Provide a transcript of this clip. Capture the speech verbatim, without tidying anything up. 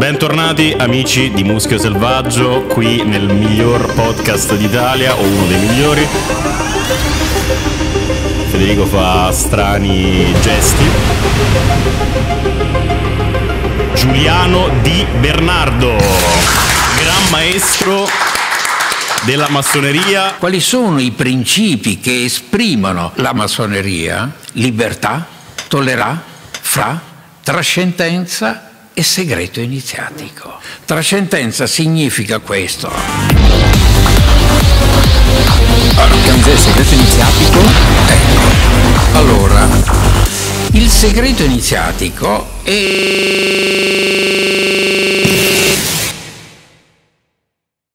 Bentornati amici di Muschio Selvaggio, qui nel miglior podcast d'Italia, o uno dei migliori. Federico fa strani gesti. Giuliano Di Bernardo, gran maestro della massoneria. Quali sono i principi che esprimono la massoneria? Libertà, tolleranza, trascendenza e segreto iniziatico. Trascendenza significa questo. Allora, che cos'è il segreto iniziatico? Ecco, allora, il segreto iniziatico è